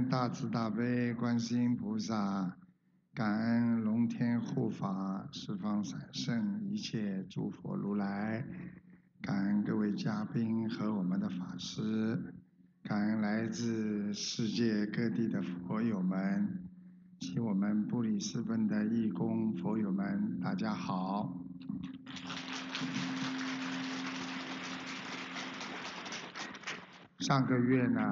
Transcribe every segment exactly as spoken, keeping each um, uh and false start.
恩大慈大悲观世音菩萨，感恩龙天护法十方三圣一切诸佛如来，感恩各位嘉宾和我们的法师，感恩来自世界各地的佛友们及我们布里斯本的义工佛友们，大家好。上个月呢，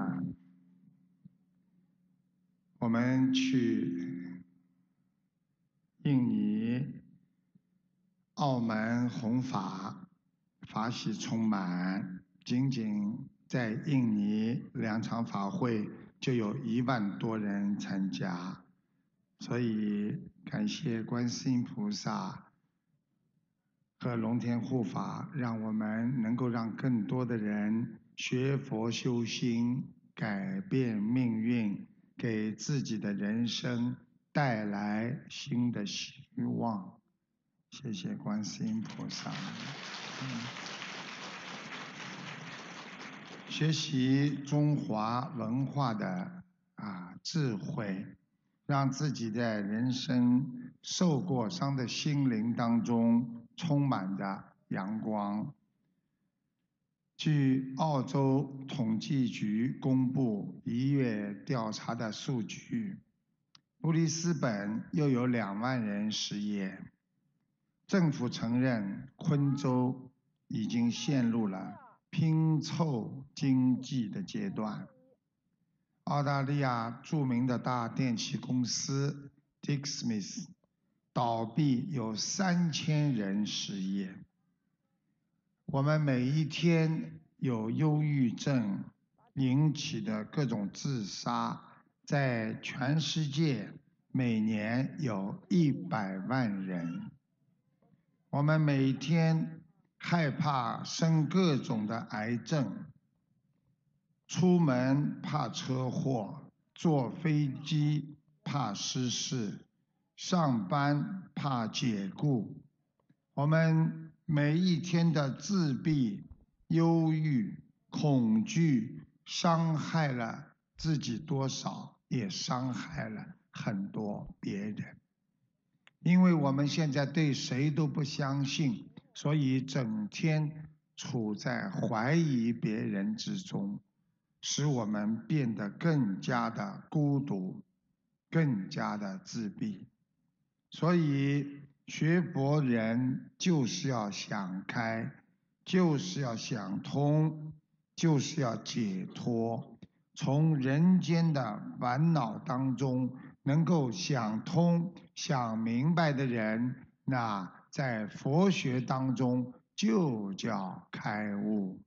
我们去印尼、澳门弘法，法喜充满，仅仅在印尼两场法会就有一万多人参加，所以感谢观世音菩萨和龙天护法，让我们能够让更多的人学佛修心，改变命运，给自己的人生带来新的希望。谢谢观世音菩萨。嗯、学习中华文化的啊智慧，让自己在人生受过伤的心灵当中充满着阳光。据澳洲统计局公布一月调查的数据，布里斯本又有两万人失业。政府承认昆州已经陷入了拼凑经济的阶段。澳大利亚著名的大电器公司 Dixsmith 倒闭，有三千人失业。我们每一天有忧郁症引起的各种自杀，在全世界每年有一百万人。我们每天害怕生各种的癌症，出门怕车祸，坐飞机怕失事，上班怕解雇。我们每一天的自闭、忧郁、恐惧，伤害了自己多少，也伤害了很多别人。因为我们现在对谁都不相信，所以整天处在怀疑别人之中，使我们变得更加的孤独，更加的自闭。所以学佛人就是要想开，就是要想通，就是要解脱，从人间的烦恼当中能够想通想明白的人，那在佛学当中就叫开悟。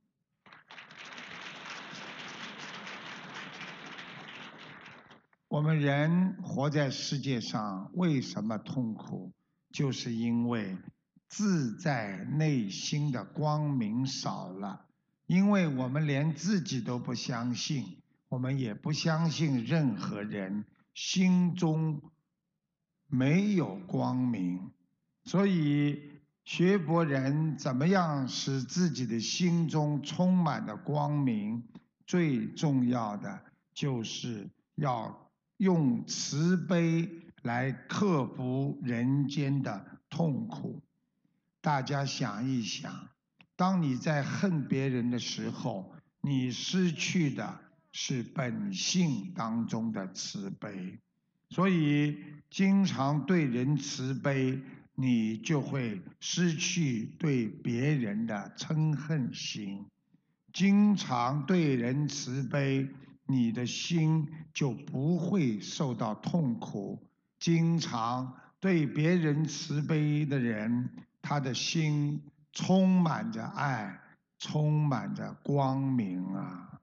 我们人活在世界上，为什么痛苦？就是因为自在内心的光明少了，因为我们连自己都不相信，我们也不相信任何人，心中没有光明。所以学佛人怎么样使自己的心中充满了光明？最重要的就是要用慈悲来克服人间的痛苦。大家想一想，当你在恨别人的时候，你失去的是本性当中的慈悲。所以经常对人慈悲，你就会失去对别人的嗔恨心。经常对人慈悲，你的心就不会受到痛苦。经常对别人慈悲的人，他的心充满着爱，充满着光明啊！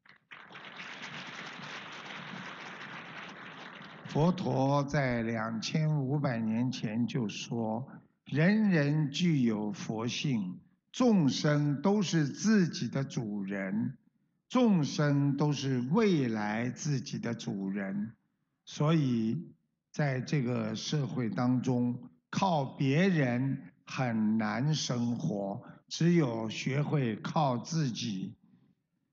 佛陀在两千五百年前就说，人人具有佛性，众生都是自己的主人，众生都是未来自己的主人。所以在这个社会当中，靠别人很难生活，只有学会靠自己。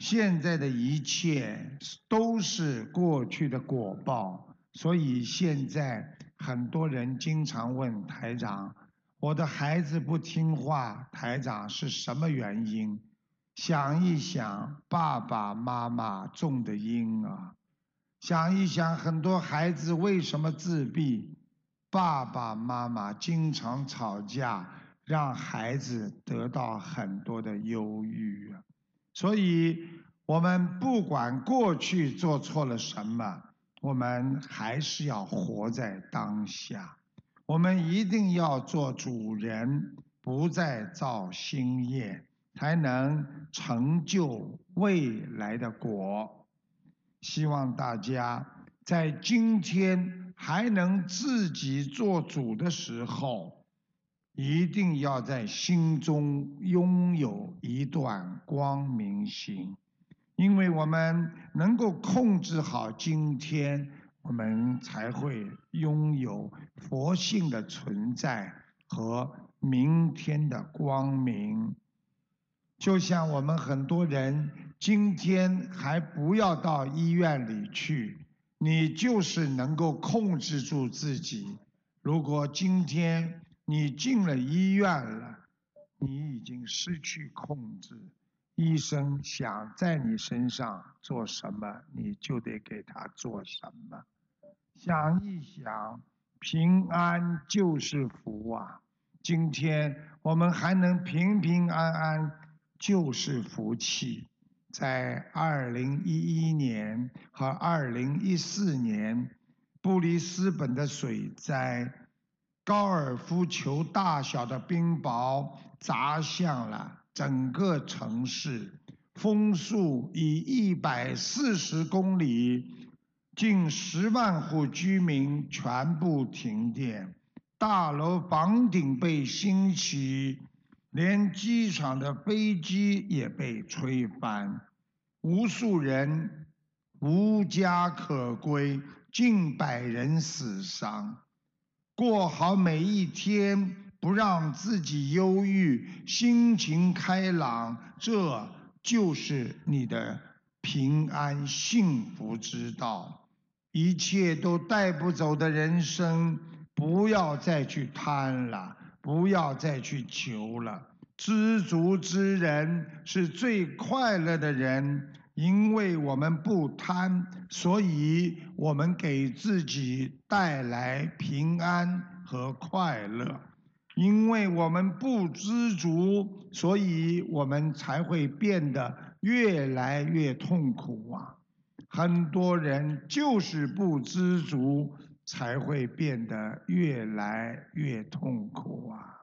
现在的一切都是过去的果报，所以现在很多人经常问台长：我的孩子不听话，台长是什么原因？想一想，爸爸妈妈种的因啊。想一想，很多孩子为什么自闭？爸爸妈妈经常吵架，让孩子得到很多的忧郁啊。所以，我们不管过去做错了什么，我们还是要活在当下。我们一定要做主人，不再造新业，才能成就未来的果。希望大家在今天还能自己做主的时候，一定要在心中拥有一段光明心，因为我们能够控制好今天，我们才会拥有佛性的存在和明天的光明。就像我们很多人今天还不要到医院里去，你就是能够控制住自己。如果今天你进了医院了，你已经失去控制，医生想在你身上做什么，你就得给他做什么。想一想，平安就是福啊！今天我们还能平平安安，就是福气。在二零一一年和二零一四年，布里斯本的水灾，高尔夫球大小的冰雹砸向了整个城市，风速以一百四十公里。近十万户居民全部停电，大楼房顶被掀起，连机场的飞机也被吹翻，无数人无家可归，近百人死伤。过好每一天，不让自己忧郁，心情开朗，这就是你的平安幸福之道。一切都带不走的人生，不要再去贪了，不要再去求了。知足之人是最快乐的人，因为我们不贪，所以我们给自己带来平安和快乐。因为我们不知足，所以我们才会变得越来越痛苦啊！很多人就是不知足，才会变得越来越痛苦啊！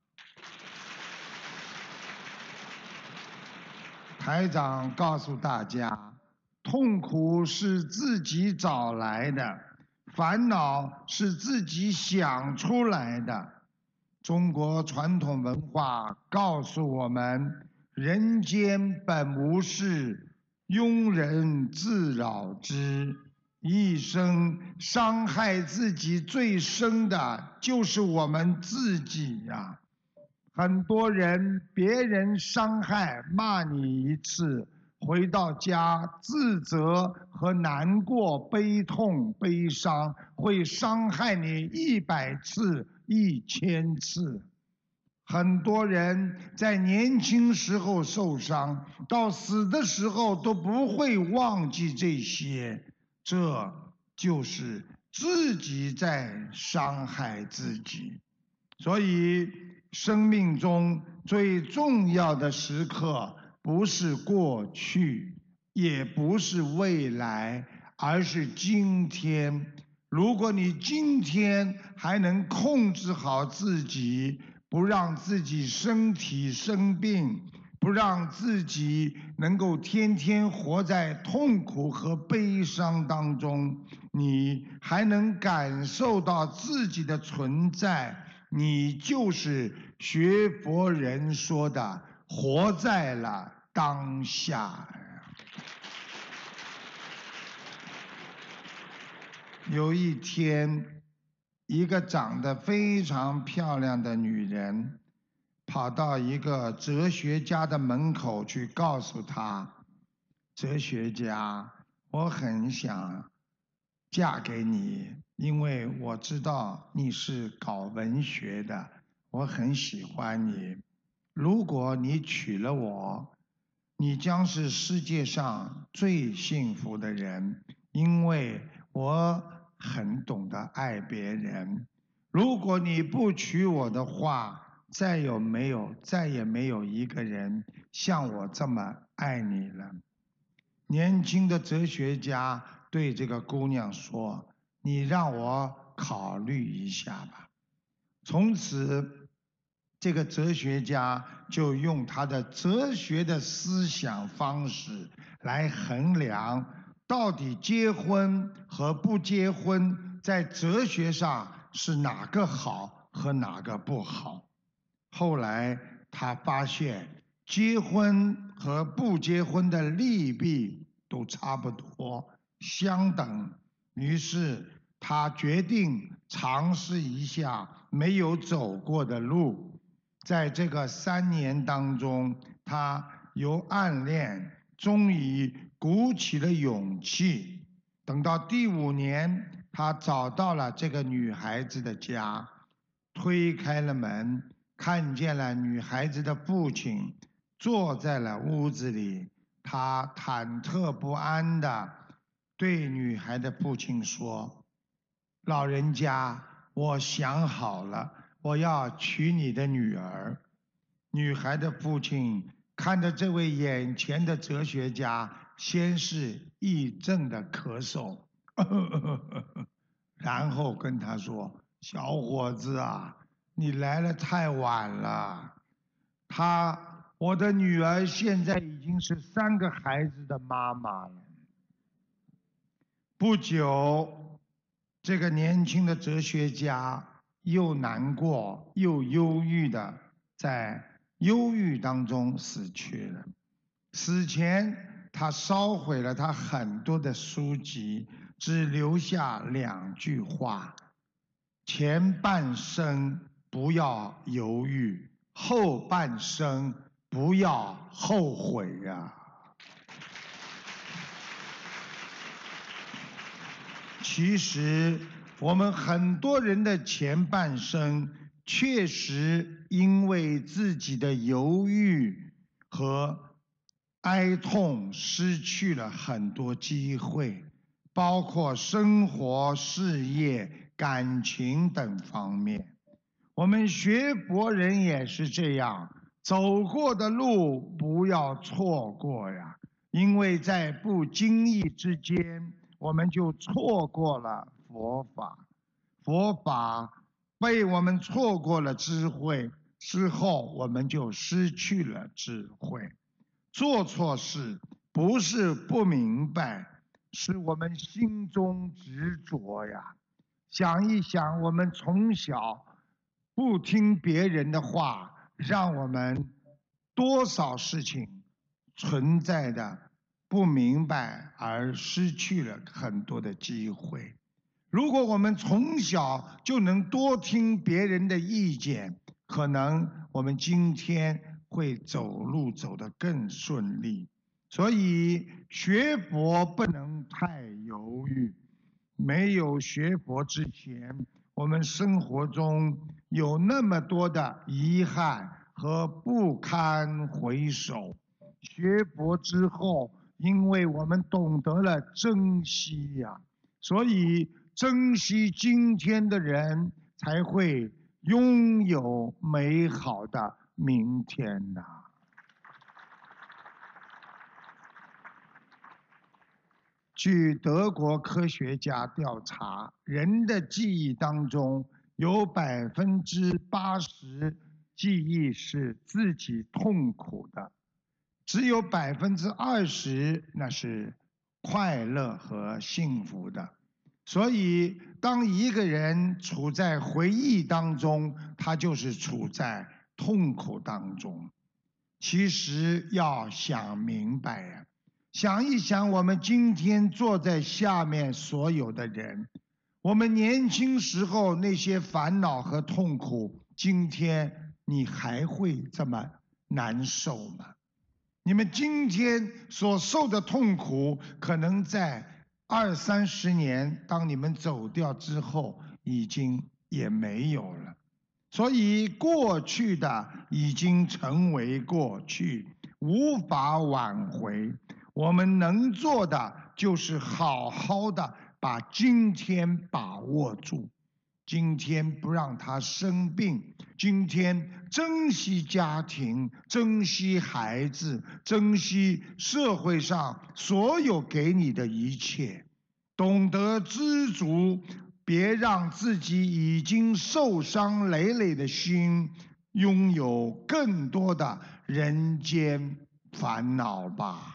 台长告诉大家，痛苦是自己找来的，烦恼是自己想出来的。中国传统文化告诉我们，人间本无事，庸人自扰之。一生伤害自己最深的就是我们自己呀、啊。很多人，别人伤害骂你一次，回到家自责和难过、悲痛、悲伤，会伤害你一百次、一千次。很多人在年轻时候受伤，到死的时候都不会忘记这些，这就是自己在伤害自己。所以，生命中最重要的时刻，不是过去，也不是未来，而是今天。如果你今天还能控制好自己，不让自己身体生病，不让自己能够天天活在痛苦和悲伤当中，你还能感受到自己的存在，你就是学佛人说的活在了当下。有一天，一个长得非常漂亮的女人跑到一个哲学家的门口去，告诉他， 哲学家，我很想嫁给你，因为我知道你是搞文学的，我很喜欢你。如果你娶了我，你将是世界上最幸福的人，因为我很懂得爱别人。如果你不娶我的话，再有没有，再也没有一个人像我这么爱你了。年轻的哲学家对这个姑娘说：“你让我考虑一下吧。”从此，这个哲学家就用他的哲学的思想方式来衡量，到底结婚和不结婚在哲学上是哪个好和哪个不好。后来他发现，结婚和不结婚的利弊都差不多，相等。于是他决定尝试一下没有走过的路。在这个三年当中，他由暗恋终于鼓起了勇气。等到第五年，他找到了这个女孩子的家，推开了门，看见了女孩子的父亲坐在了屋子里。他忐忑不安地对女孩的父亲说：老人家，我想好了，我要娶你的女儿。女孩的父亲看着这位眼前的哲学家，先是一阵的咳嗽，然后跟他说：小伙子啊，你来得太晚了。她，我的女儿现在已经是三个孩子的妈妈了。不久，这个年轻的哲学家又难过又忧郁的在忧郁当中死去了。死前，他烧毁了他很多的书籍，只留下两句话：前半生不要犹豫，后半生不要后悔呀、啊。其实，我们很多人的前半生确实因为自己的犹豫和哀痛失去了很多机会，包括生活、事业、感情等方面。我们学佛人也是这样，走过的路不要错过呀，因为在不经意之间，我们就错过了佛法。佛法被我们错过了智慧之后，我们就失去了智慧。做错事不是不明白，是我们心中执着呀。想一想，我们从小不听别人的话，让我们多少事情存在的不明白，而失去了很多的机会。如果我们从小就能多听别人的意见，可能我们今天会走路走得更顺利。所以学佛不能太犹豫。没有学佛之前，我们生活中有那么多的遗憾和不堪回首。学佛之后，因为我们懂得了珍惜呀、啊，所以珍惜今天的人，才会拥有美好的明天呐、啊。据德国科学家调查，人的记忆当中有百分之八十记忆是自己痛苦的，只有百分之二十那是快乐和幸福的。所以，当一个人处在回忆当中，他就是处在痛苦当中。其实要想明白呀。想一想，我们今天坐在下面所有的人，我们年轻时候那些烦恼和痛苦，今天你还会这么难受吗？ 你们今天所受的痛苦，可能在二三十年，当你们走掉之后，已经也没有了。所以过去的已经成为过去，无法挽回。我们能做的就是好好的把今天把握住，今天不让他生病，今天珍惜家庭，珍惜孩子，珍惜社会上所有给你的一切，懂得知足，别让自己已经受伤累累的心拥有更多的人间烦恼吧。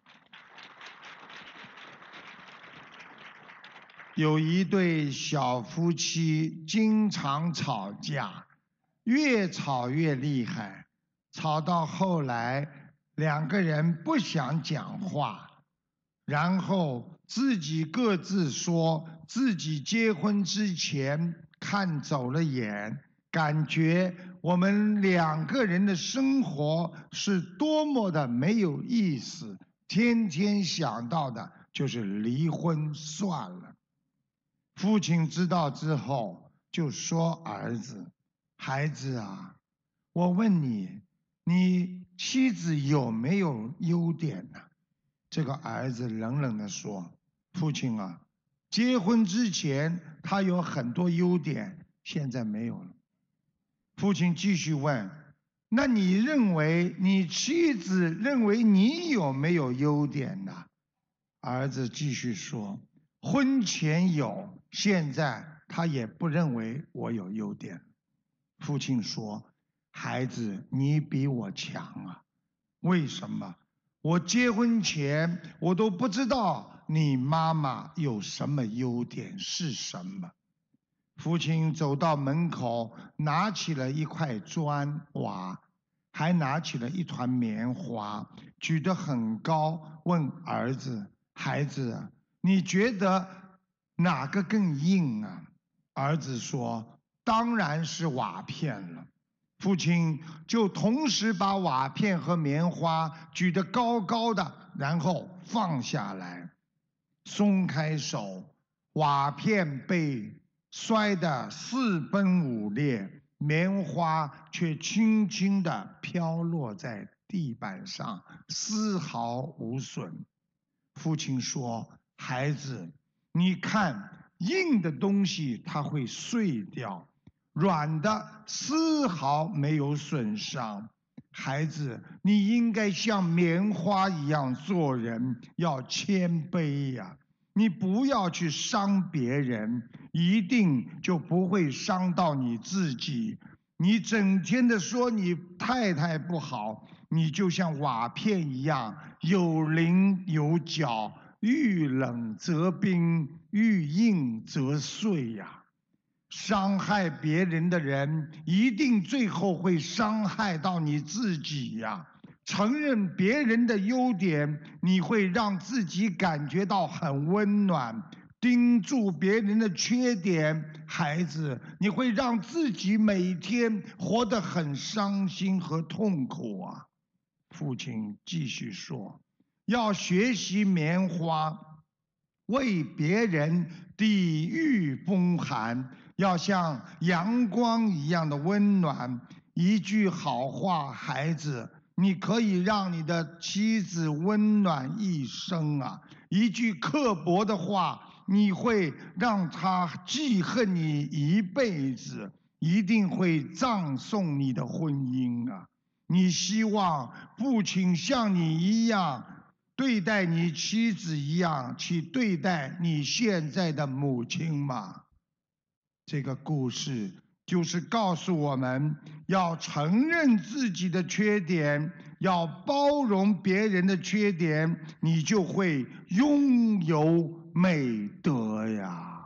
有一对小夫妻经常吵架，越吵越厉害，吵到后来两个人不想讲话，然后自己各自说自己结婚之前看走了眼，感觉我们两个人的生活是多么的没有意思，天天想到的就是离婚算了。父亲知道之后就说儿子，孩子啊，我问你，你妻子有没有优点呢？这个儿子冷冷地说，父亲啊，结婚之前他有很多优点，现在没有了。父亲继续问，那你认为你妻子认为你有没有优点呢？儿子继续说，婚前有，现在他也不认为我有优点。父亲说，孩子，你比我强啊。为什么？我结婚前我都不知道你妈妈有什么优点是什么。父亲走到门口，拿起了一块砖瓦，还拿起了一团棉花，举得很高，问儿子，孩子，你觉得哪个更硬啊？儿子说，当然是瓦片了。父亲就同时把瓦片和棉花举得高高的，然后放下来，松开手，瓦片被摔得四分五裂，棉花却轻轻地飘落在地板上，丝毫无损。父亲说，孩子，你看，硬的东西它会碎掉，软的丝毫没有损伤。孩子，你应该像棉花一样做人，要谦卑呀。你不要去伤别人，一定就不会伤到你自己。你整天的说你太太不好，你就像瓦片一样，有棱有角，遇冷则冰，遇硬则碎呀。伤害别人的人，一定最后会伤害到你自己呀。承认别人的优点，你会让自己感觉到很温暖；盯住别人的缺点，孩子，你会让自己每天活得很伤心和痛苦啊。父亲继续说，要学习棉花，为别人抵御风寒，要像阳光一样的温暖。一句好话，孩子，你可以让你的妻子温暖一生啊。一句刻薄的话，你会让她记恨你一辈子，一定会葬送你的婚姻啊。你希望父亲像你一样对待你妻子一样去对待你现在的母亲吗？这个故事就是告诉我们，要承认自己的缺点，要包容别人的缺点，你就会拥有美德呀。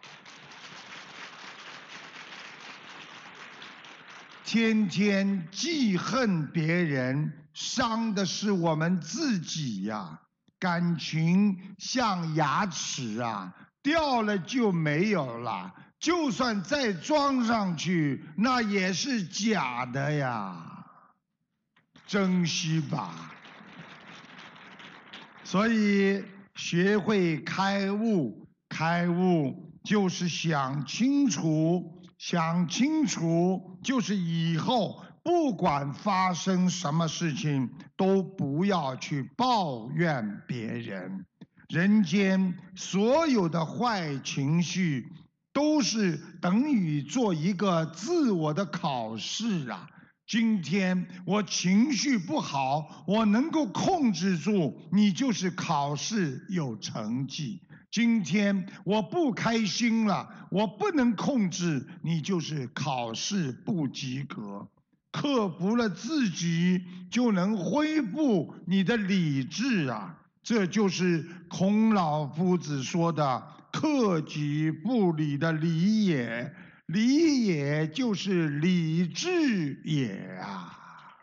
天天记恨别人，伤的是我们自己呀。感情像牙齿啊，掉了就没有了，就算再装上去，那也是假的呀。珍惜吧。 所以学会开悟，开悟就是想清楚，想清楚就是以后不管发生什么事情，都不要去抱怨别人。人间所有的坏情绪，都是等于做一个自我的考试啊。今天我情绪不好，我能够控制住，你就是考试有成绩。今天我不开心了，我不能控制，你就是考试不及格。克服了自己，就能恢复你的理智啊！这就是孔老夫子说的“克己复礼”的礼也。理也就是理智也啊！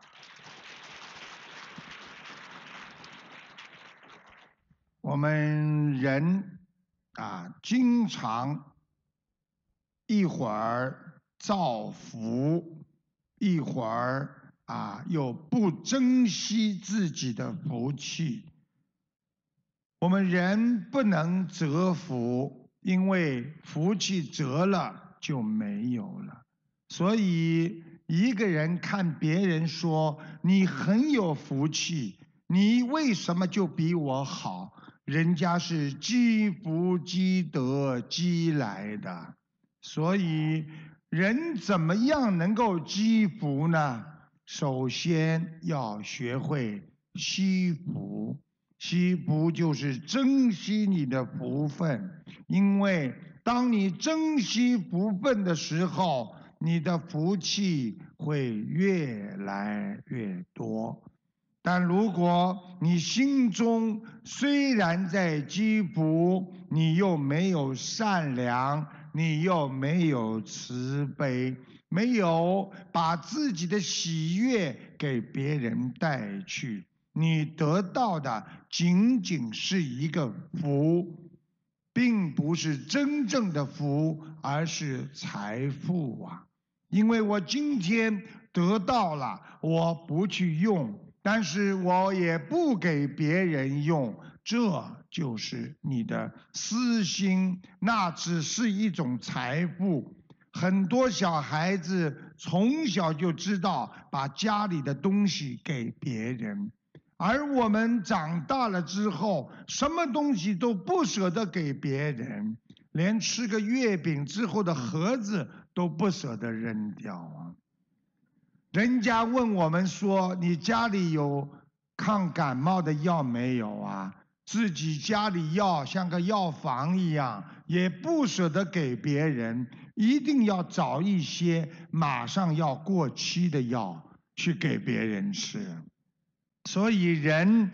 我们人啊，经常一会儿造福，一会儿啊又不珍惜自己的福气。我们人不能折福，因为福气折了就没有了。所以一个人看别人说你很有福气，你为什么就比我好？人家是积福积德积来的。所以人怎么样能够积福呢？首先要学会惜福。惜福就是珍惜你的福分，因为当你珍惜福分的时候，你的福气会越来越多。但如果你心中虽然在积福，你又没有善良，你又没有慈悲，没有把自己的喜悦给别人带去，你得到的仅仅是一个福，并不是真正的福，而是财富啊！因为我今天得到了，我不去用，但是我也不给别人用，这就是你的私心，那只是一种财富。很多小孩子从小就知道把家里的东西给别人，而我们长大了之后，什么东西都不舍得给别人，连吃个月饼之后的盒子都不舍得扔掉啊！人家问我们说：“你家里有抗感冒的药没有啊？”自己家里药像个药房一样，也不舍得给别人，一定要找一些马上要过期的药去给别人吃。所以人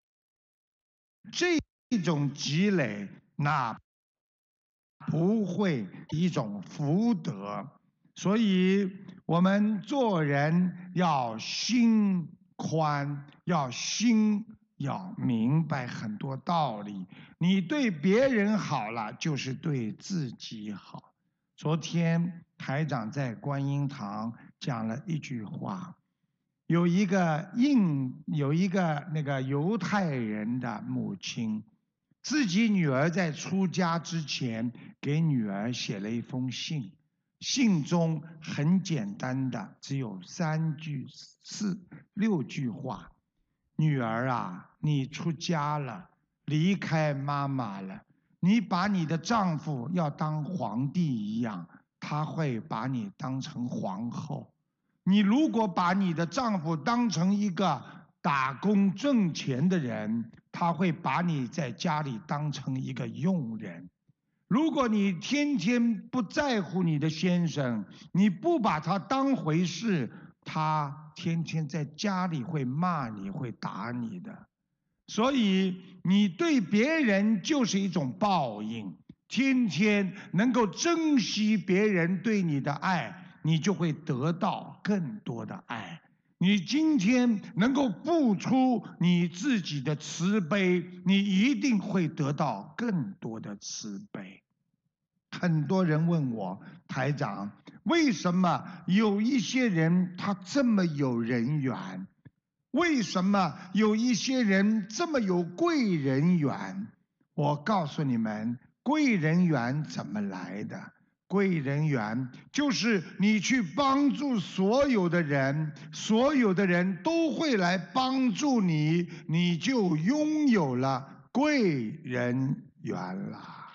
这种积累，那不会一种福德。所以我们做人要心宽，要心要明白很多道理。你对别人好了，就是对自己好。昨天台长在观音堂讲了一句话，有一个印有一个那个犹太人的母亲，自己女儿在出家之前给女儿写了一封信，信中很简单的，只有三句四六句话：女儿啊，你出家了，离开妈妈了，你把你的丈夫要当皇帝一样，他会把你当成皇后。你如果把你的丈夫当成一个打工挣钱的人，他会把你在家里当成一个佣人。如果你天天不在乎你的先生，你不把他当回事，他天天在家里会骂你，会打你的。所以你对别人就是一种报应，天天能够珍惜别人对你的爱，你就会得到更多的爱。你今天能够付出你自己的慈悲，你一定会得到更多的慈悲。很多人问我，台长，为什么有一些人他这么有人缘？ 为什么有一些人这么有贵人缘？我告诉你们，贵人缘怎么来的？贵人缘就是你去帮助所有的人，所有的人都会来帮助你，你就拥有了贵人缘啦。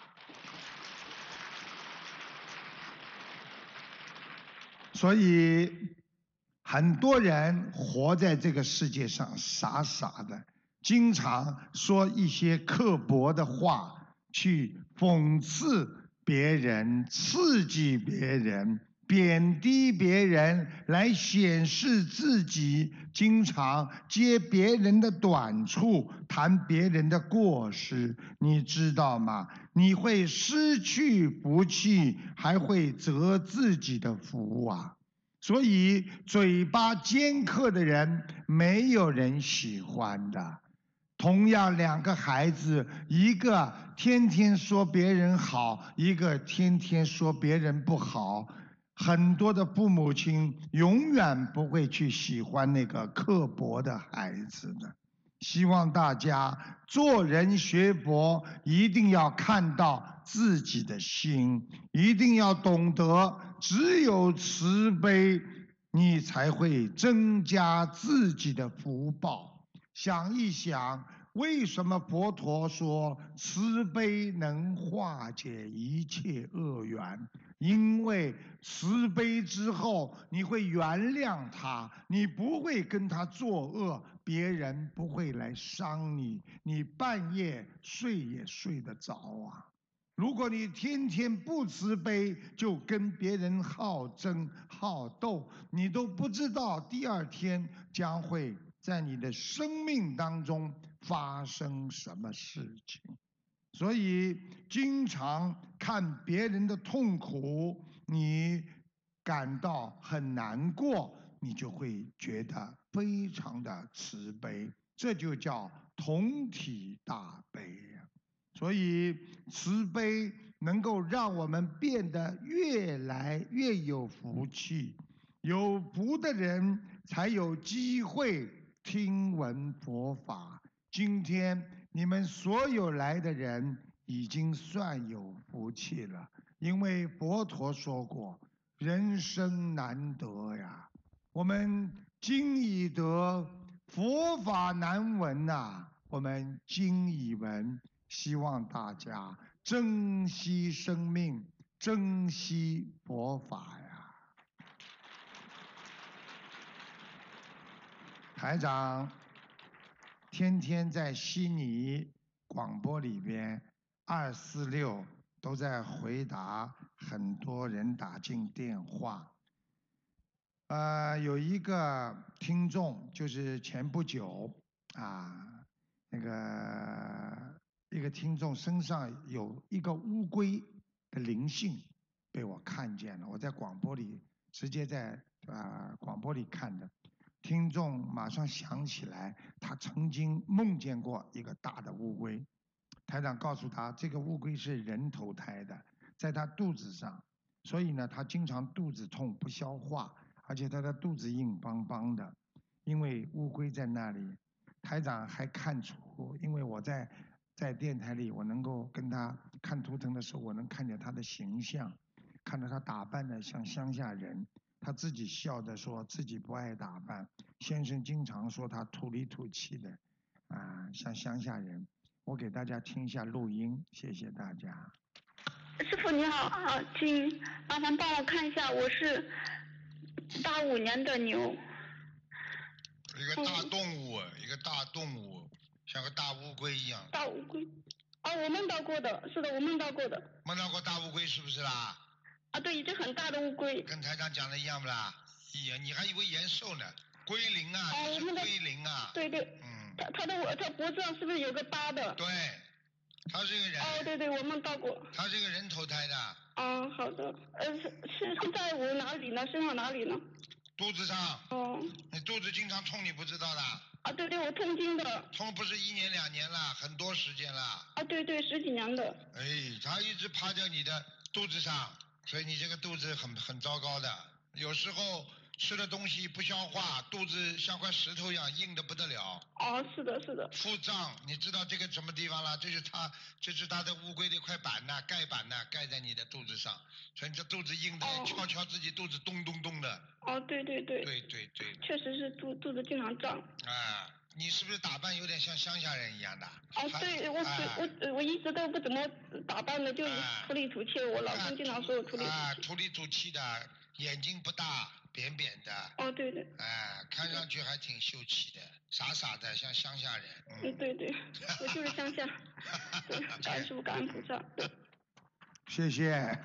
所以很多人活在这个世界上傻傻的，经常说一些刻薄的话，去讽刺别人，刺激别人，贬低别人，来显示自己，经常揭别人的短处，谈别人的过失，你知道吗？你会失去福气，还会折自己的福啊！所以，嘴巴尖刻的人，没有人喜欢的。同样，两个孩子，一个天天说别人好，一个天天说别人不好。很多的父母亲永远不会去喜欢那个刻薄的孩子的。希望大家做人学佛，一定要看到自己的心，一定要懂得，只有慈悲，你才会增加自己的福报。想一想，为什么佛陀说慈悲能化解一切恶缘？因为慈悲之后，你会原谅他，你不会跟他作恶，别人不会来伤你，你半夜睡也睡得着啊。如果你天天不慈悲，就跟别人好争好斗，你都不知道第二天将会在你的生命当中发生什么事情。所以，经常看别人的痛苦，你感到很难过，你就会觉得非常的慈悲，这就叫同体大悲呀。所以，慈悲能够让我们变得越来越有福气。有福的人才有机会听闻佛法。今天你们所有来的人已经算有福气了，因为佛陀说过，人生难得呀。我们今已得，佛法难闻呐、我们今已闻，希望大家珍惜生命，珍惜佛法呀。台长天天在悉尼广播里边二四六都在回答很多人打进电话。呃，有一个听众就是前不久啊，那个一个听众身上有一个乌龟的灵性被我看见了，我在广播里直接在啊、呃、广播里看的。听众马上想起来，他曾经梦见过一个大的乌龟。台长告诉他，这个乌龟是人投胎的，在他肚子上，所以呢，他经常肚子痛不消化，而且他的肚子硬邦邦的，因为乌龟在那里。台长还看出，因为我在在电台里，我能够跟他看图腾的时候，我能看见他的形象，看到他打扮的像乡下人。他自己笑着说自己不爱打扮，先生经常说他土里土气的，啊，像乡下人。我给大家听一下录音，谢谢大家。 师傅你好啊，请麻烦帮我看一下，我是八五年的牛。 一个大动物，嗯、一个大动物，像个大乌龟一样。 大乌龟？哦，我梦到过的，是的，我梦到过的。 梦到过大乌龟是不是啦？ 啊，对，一只很大的乌龟。 跟台长讲的一样不啦？哎呀，你还以为延寿呢？龟灵啊， 哦、 这是龟灵啊。 对对。 嗯。 他他的他脖子上是不是有个疤的？ 对，他是个人。 哦，对对，我梦到过。 他是个人投胎的。 哦，好的。呃，是是是在我哪里呢？身上哪里呢？ 肚子上。 哦。 你肚子经常痛，你不知道的？ 啊，对对，我痛经的。 痛不是一年两年了，很多时间了。 啊，对对，十几年的。 哎，他一直趴在你的肚子上，所以你这个肚子很很糟糕的。有时候吃的东西不消化，肚子像块石头一样硬的不得了。 哦，是的，是的。 腹胀，你知道这个什么地方了？这是它，这是它的乌龟的一块板呐，盖板呐，盖在你的肚子上，所以你这肚子硬的， 哦、 敲敲自己肚子咚咚咚的。 哦，对对对。 对对对。 确实是肚肚子经常胀。 啊，你是不是打扮有点像乡下人一样的？ 哦，对，我我我我一直都不怎么打扮的，就土里土气。我老公经常说我土里土气。 啊，土里土气的，眼睛不大，扁扁的。 哦，对对。 哎，看上去还挺秀气的，傻傻的，像乡下人。 嗯，对对，我就是乡下。对，感恩师父，感恩菩萨。对。 谢谢。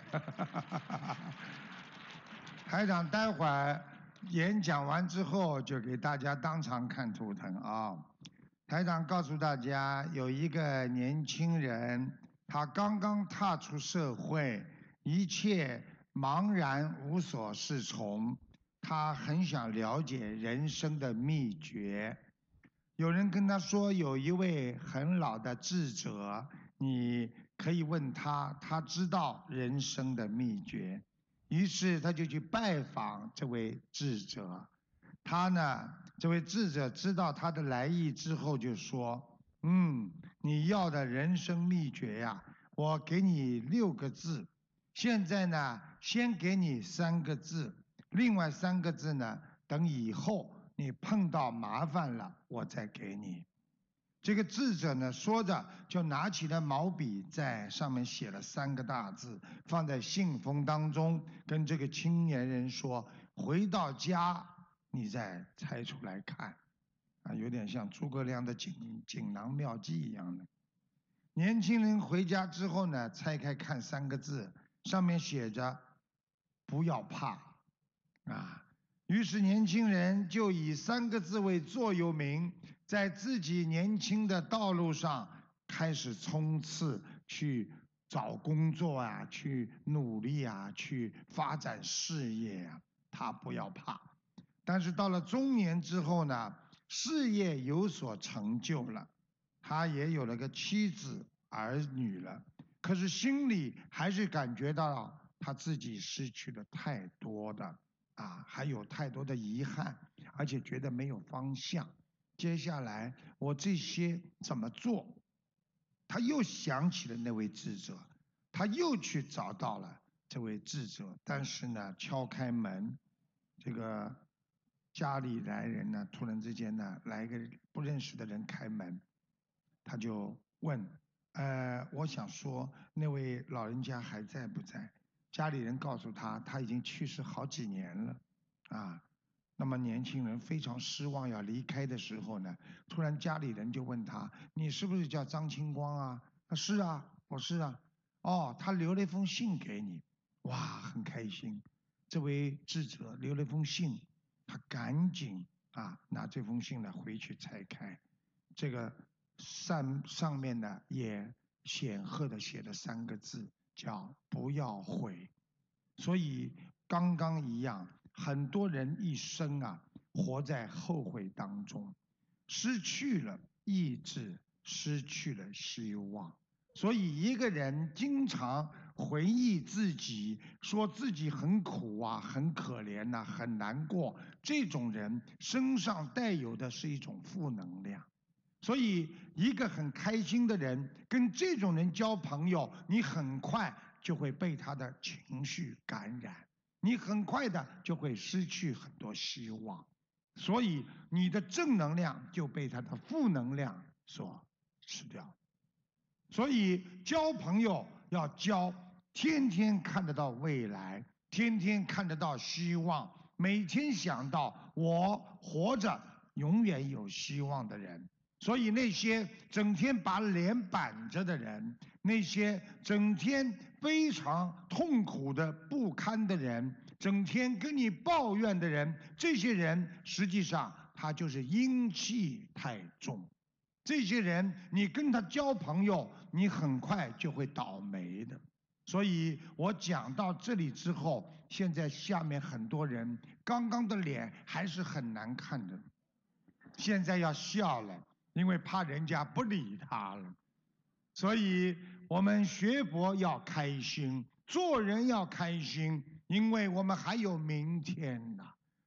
台长，待会儿演讲完之后，就给大家当场看图腾啊。台长告诉大家，有一个年轻人，他刚刚踏出社会，一切茫然无所适从，他很想了解人生的秘诀。有人跟他说，有一位很老的智者，你可以问他，他知道人生的秘诀。于是他就去拜访这位智者。他呢，这位智者知道他的来意之后就说，嗯，你要的人生秘诀呀，我给你六个字，现在呢，先给你三个字，另外三个字呢，等以后你碰到麻烦了，我再给你。这个智者呢，说着就拿起了毛笔，在上面写了三个大字，放在信封当中，跟这个青年人说，回到家你再猜出来看。啊，有点像诸葛亮的锦锦囊妙计一样的。年轻人回家之后呢，拆开看三个字，上面写着不要怕啊。于是年轻人就以三个字为座右铭，在自己年轻的道路上开始冲刺，去找工作啊，去努力啊，去发展事业啊，他不要怕。但是到了中年之后呢，事业有所成就了，他也有了个妻子儿女了，可是心里还是感觉到他自己失去了太多的啊，还有太多的遗憾，而且觉得没有方向。接下来我这些怎么做？他又想起了那位智者，他又去找到了这位智者，但是呢，敲开门，这个家里来人呢，突然之间呢，来一个不认识的人开门，他就问，呃，我想说那位老人家还在不在？家里人告诉他，他已经去世好几年了，啊。那么年轻人非常失望，要离开的时候呢，突然家里人就问他：“你是不是叫张清光啊？”他是啊，我是啊。哦，他留了一封信给你，哇，很开心。这位智者留了一封信，他赶紧啊拿这封信呢回去拆开，这个上上面呢也显赫的写了三个字，叫不要悔。所以刚刚一样，很多人一生啊活在后悔当中，失去了意志，失去了希望。所以一个人经常回忆自己，说自己很苦啊，很可怜呐、啊，很难过，这种人身上带有的是一种负能量。所以一个很开心的人跟这种人交朋友，你很快就会被他的情绪感染，你很快的就会失去很多希望，所以你的正能量就被他的负能量所吃掉。所以交朋友要交天天看得到未来，天天看得到希望，每天想到我活着永远有希望的人。所以那些整天把脸板着的人，那些整天非常痛苦的不堪的人，整天跟你抱怨的人，这些人实际上他就是阴气太重。这些人你跟他交朋友，你很快就会倒霉的。所以我讲到这里之后，现在下面很多人刚刚的脸还是很难看的，现在要笑了，因为怕人家不理他了。所以我们学佛要开心，做人要开心，因为我们还有明天呐。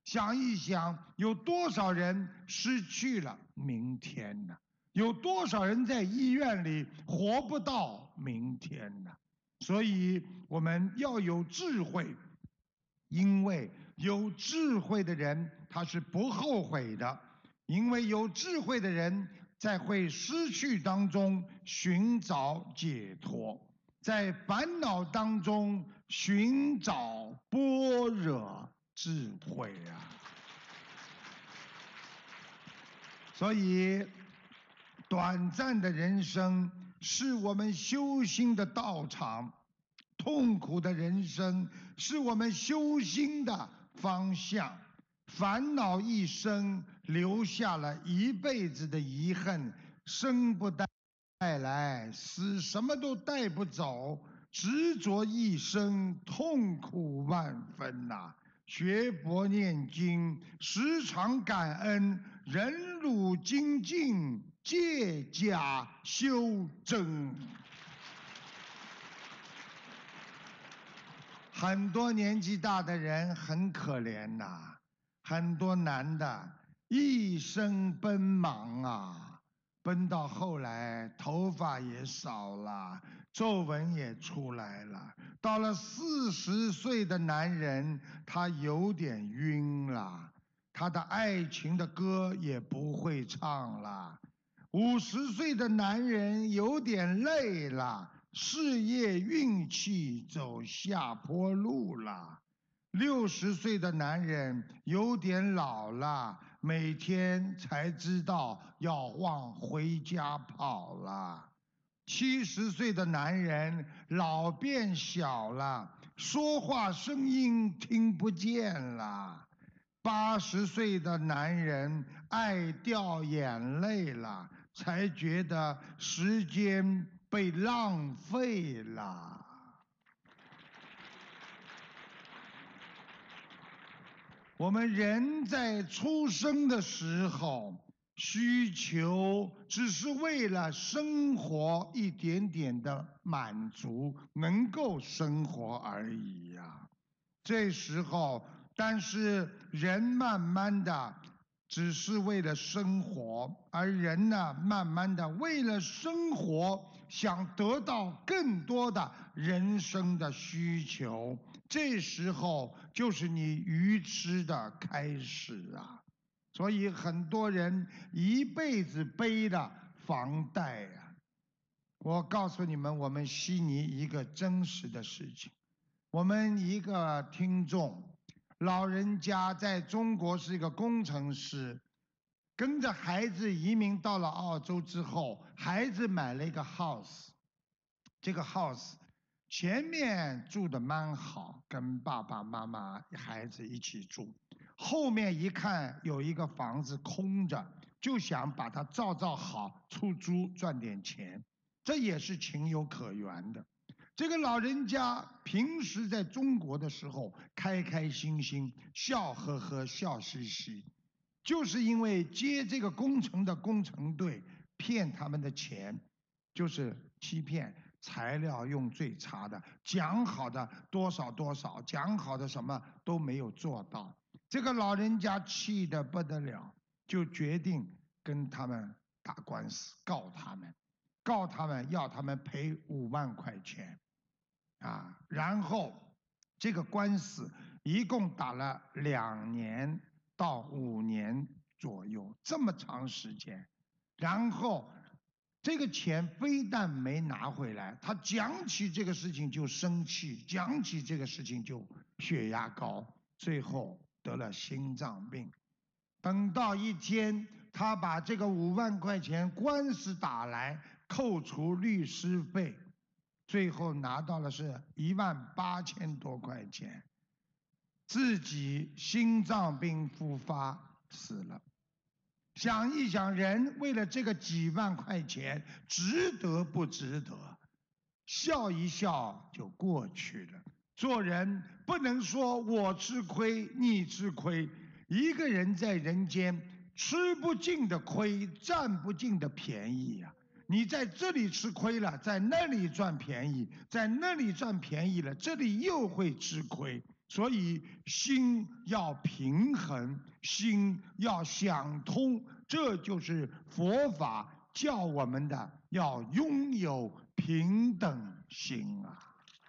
想一想，有多少人失去了明天呢？有多少人在医院里活不到明天呢？所以我们要有智慧，因为有智慧的人他是不后悔的，因为有智慧的人在会失去当中寻找解脱，在烦恼当中寻找般若智慧啊！所以，短暂的人生是我们修心的道场，痛苦的人生是我们修心的方向。烦恼一生，留下了一辈子的遗恨，生不带来，死什么都带不走，执着一生，痛苦万分呐、啊！学佛念经，时常感恩，忍辱精进，借假修真。很多年纪大的人很可怜呐、啊，很多男的一生奔忙啊，奔到后来头发也少了，皱纹也出来了。到了四十岁的男人，他有点晕了，他的爱情的歌也不会唱了。五十岁的男人有点累了，事业运气走下坡路了。六十岁的男人有点老了，每天才知道要往回家跑了。七十岁的男人老变小了，说话声音听不见了。八十岁的男人爱掉眼泪了，才觉得时间被浪费了。我们人在出生的时候，需求只是为了生活一点点的满足，能够生活而已呀、啊。这时候，但是人慢慢的只是为了生活，而人呢，慢慢的为了生活，想得到更多的人生的需求。这时候就是你愚痴的开始啊！所以很多人一辈子背的房贷啊。我告诉你们，我们悉尼一个真实的事情。我们一个听众，老人家在中国是一个工程师，跟着孩子移民到了澳洲之后，孩子买了一个 house， 这个 house前面住的蛮好，跟爸爸妈妈孩子一起住，后面一看有一个房子空着，就想把它造造好出租赚点钱，这也是情有可原的。这个老人家平时在中国的时候开开心心笑呵呵笑嘻嘻，就是因为接这个工程的工程队骗他们的钱，就是欺骗，材料用最差的，讲好的多少多少，讲好的什么都没有做到。这个老人家气得不得了，就决定跟他们打官司，告他们，告他们要他们赔五万块钱，啊，然后这个官司一共打了两年到五年左右，这么长时间，然后这个钱非但没拿回来，他讲起这个事情就生气，讲起这个事情就血压高，最后得了心脏病。等到一天，他把这个五万块钱官司打来，扣除律师费，最后拿到了是一万八千多块钱，自己心脏病复发死了。想一想，人为了这个几万块钱，值得不值得？笑一笑就过去了。做人不能说我吃亏，你吃亏。一个人在人间，吃不尽的亏，占不尽的便宜呀、啊。你在这里吃亏了，在那里赚便宜，在那里赚便宜了，这里又会吃亏。 所以心要平衡，心要想通，这就是佛法教我们的，要拥有平等心啊。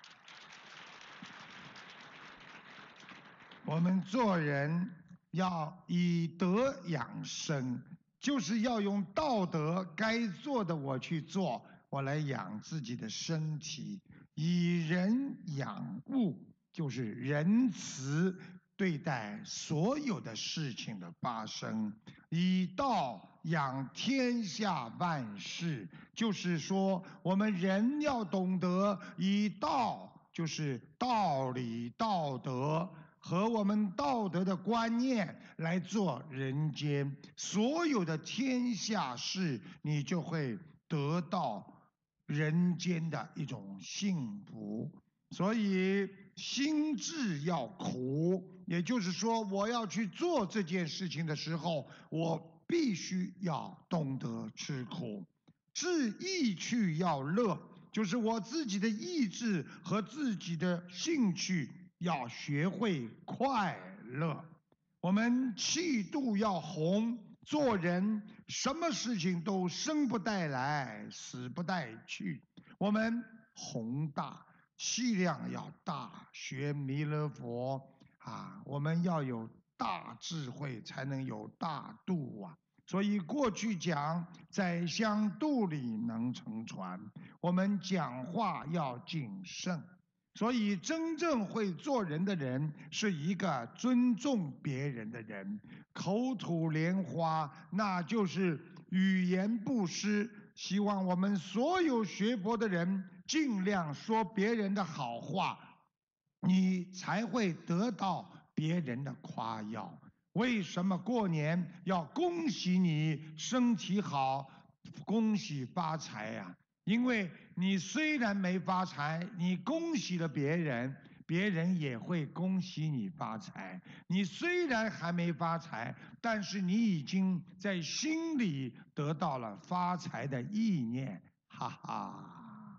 我们做人要以德养生，就是要用道德该做的我去做，我来养自己的身体。以仁养物，就是仁慈对待所有的事情的发生。以道养天下万事，就是说我们人要懂得以道，就是道理道德和我们道德的观念来做人间所有的天下事，你就会得到人间的一种幸福。所以心智要苦，也就是说我要去做这件事情的时候，我必须要懂得吃苦。志意趣要乐，就是我自己的意志和自己的兴趣要学会快乐。我们气度要宏，做人什么事情都生不带来，死不带去。我们宏大，气量要大，学弥勒佛啊，我们要有大智慧，才能有大度啊。所以过去讲宰相肚里能撑船，我们讲话要谨慎。所以真正会做人的人，是一个尊重别人的人。口吐莲花，那就是语言不失。希望我们所有学佛的人尽量说别人的好话，你才会得到别人的夸耀。为什么过年要恭喜你身体好，恭喜发财呀？因为你虽然没发财，你恭喜了别人，别人也会恭喜你发财。你虽然还没发财，但是你已经在心里得到了发财的意念，哈哈。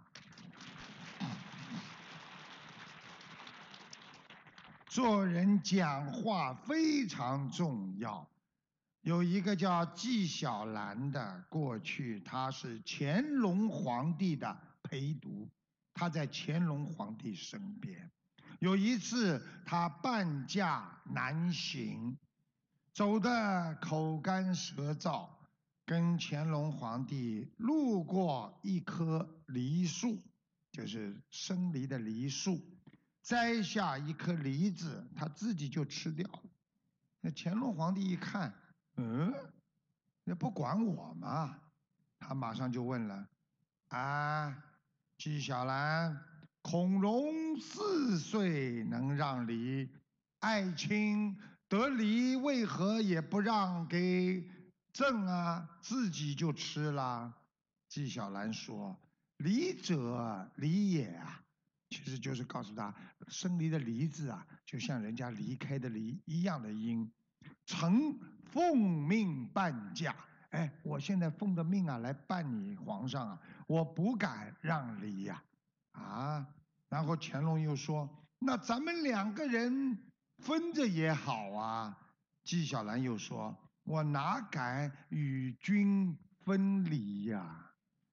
做人讲话非常重要。有一个叫纪晓岚的，过去他是乾隆皇帝的陪读，他在乾隆皇帝身边。有一次他半驾南行，走得口干舌燥，跟乾隆皇帝路过一棵梨树，就是生梨的梨树，摘下一颗梨子，他自己就吃掉了。那乾隆皇帝一看，嗯，那不管我嘛，他马上就问了，啊，纪晓岚，孔融四岁能让梨，爱卿得梨为何也不让给朕啊，自己就吃了？纪晓岚说，梨者梨也啊。其实就是告诉他，生离的离字啊，就像人家离开的离一样的音。臣奉命伴驾，哎，我现在奉的命啊，来伴你皇上啊，我不敢让梨呀，啊。然后乾隆又说，那咱们两个人分着也好啊。纪晓岚又说，我哪敢与君分离呀？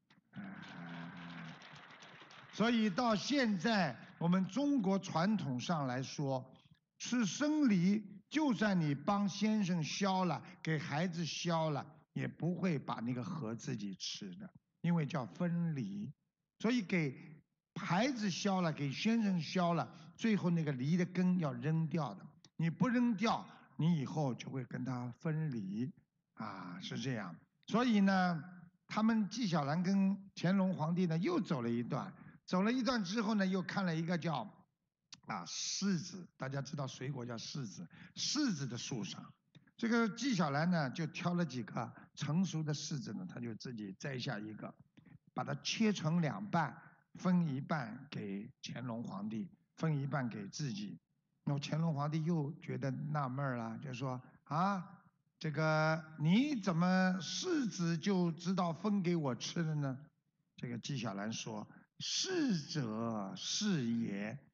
所以到现在，我们中国传统上来说，吃生梨，就算你帮先生削了，给孩子削了，也不会把那个核自己吃的，因为叫分离。所以给孩子削了，给先生削了，最后那个梨的根要扔掉的，你不扔掉，你以后就会跟他分离，啊，是这样。所以呢，他们纪晓岚跟乾隆皇帝呢又走了一段。走了一段之后呢，又看了一个叫啊柿子，大家知道水果叫柿子，柿子的树上，这个纪晓岚呢就挑了几个成熟的柿子呢，他就自己摘下一个，把它切成两半，分一半给乾隆皇帝，分一半给自己。然后乾隆皇帝又觉得纳闷了，就说啊，这个你怎么柿子就知道分给我吃了呢？这个纪晓岚说，适者是也，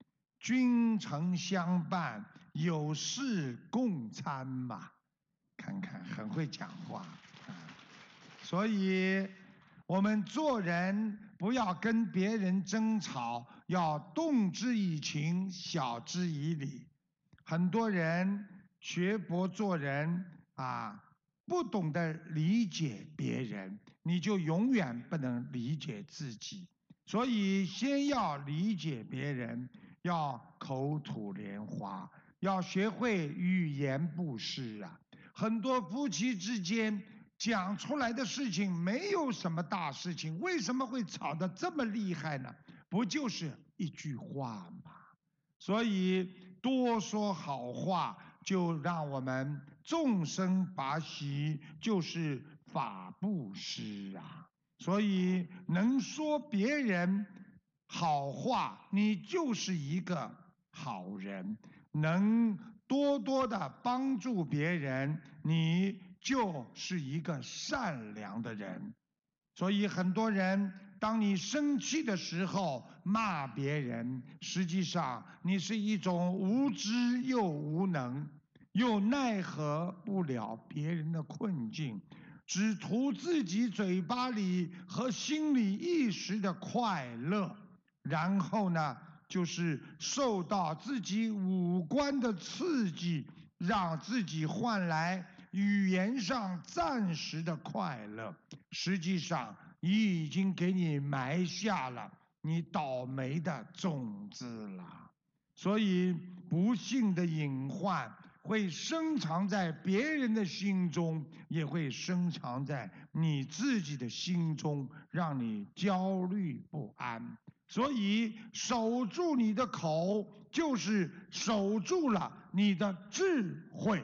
君臣相伴，有事共餐嘛。看看，很会讲话啊。所以，我们做人不要跟别人争吵，要动之以情，晓之以理。很多人学佛做人啊，不懂得理解别人，你就永远不能理解自己。所以，先要理解别人，要口吐莲花，要学会语言布施啊。很多夫妻之间讲出来的事情没有什么大事情，为什么会吵得这么厉害呢？不就是一句话吗？所以多说好话，就让我们众生法喜，就是法布施啊。所以能说别人好话，你就是一个好人；能多多的帮助别人，你就是一个善良的人。所以很多人，当你生气的时候骂别人，实际上你是一种无知又无能，又奈何不了别人的困境，只图自己嘴巴里和心里一时的快乐，然后呢，就是受到自己五官的刺激，让自己换来语言上暂时的快乐，实际上已经给你埋下了你倒霉的种子了。所以不幸的隐患会深藏在别人的心中，也会深藏在你自己的心中，让你焦虑不安。所以守住你的口，就是守住了你的智慧。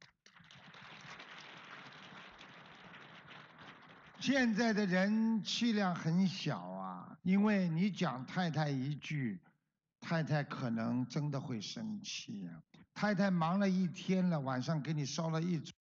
现在的人气量很小啊，因为你讲太太一句，太太可能真的会生气啊。太太忙了一天了，晚上给你烧了一桌，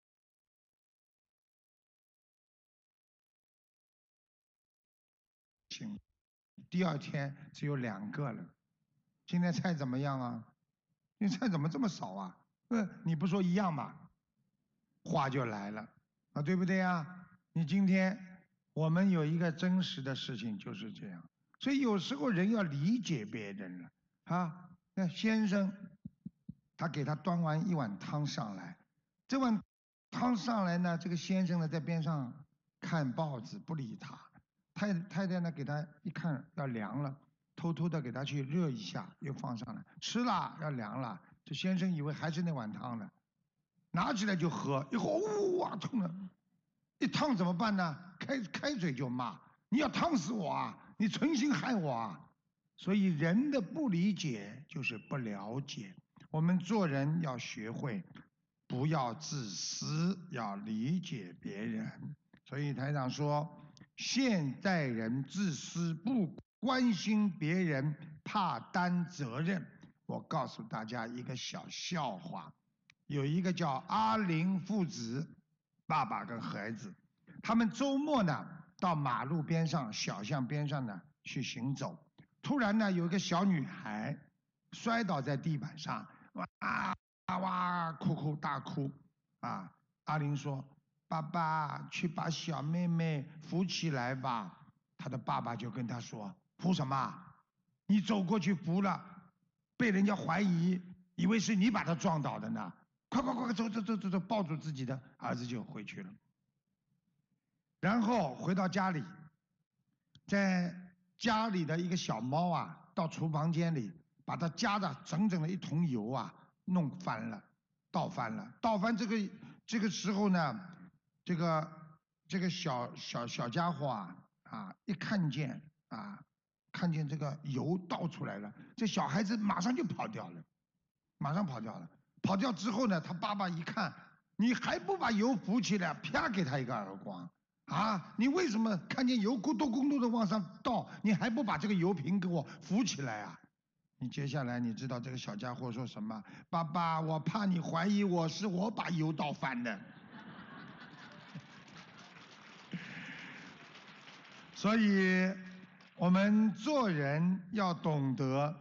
第二天只有两个了。今天菜怎么样啊？今天菜怎么这么少啊？呃，你不说一样嘛？话就来了啊，对不对呀？你今天我们有一个真实的事情就是这样，所以有时候人要理解别人了啊。那先生他给他端完一碗汤上来，这碗汤上来呢，这个先生呢在边上看报纸不理他，太太太呢给他一看要凉了，偷偷的给他去热一下，又放上来，吃了要凉了，这先生以为还是那碗汤呢，拿起来就喝，一喝哇痛了，一烫怎么办呢？开开嘴就骂，你要烫死我啊！你存心害我啊！所以人的不理解就是不了解。我们做人要学会，不要自私，要理解别人。所以台长说，现代人自私，不关心别人，怕担责任。我告诉大家一个小笑话，有一个叫阿林父子，爸爸跟孩子，他们周末呢到马路边上、小巷边上呢去行走，突然呢有一个小女孩摔倒在地板上，哇哇哇哭哭大哭啊！阿林说：“爸爸，去把小妹妹扶起来吧。”他的爸爸就跟他说：“扶什么？你走过去扶了，被人家怀疑，以为是你把她撞倒的呢。快快快，走走走走走，抱住自己的儿子就回去了。然后回到家里，在家里的一个小猫啊，到厨房间里把它夹的整整的一桶油啊弄翻了，倒翻了，倒翻这个这个时候呢，这个这个小小小家伙啊啊一看见啊看见这个油倒出来了，这小孩子马上就跑掉了，马上跑掉了。跑掉之后呢，他爸爸一看，你还不把油扶起来，啪给他一个耳光。啊，你为什么看见油咕咚咕咚的往上倒，你还不把这个油瓶给我扶起来啊？你接下来你知道这个小家伙说什么？爸爸，我怕你怀疑我是我把油倒翻的。所以，我们做人要懂得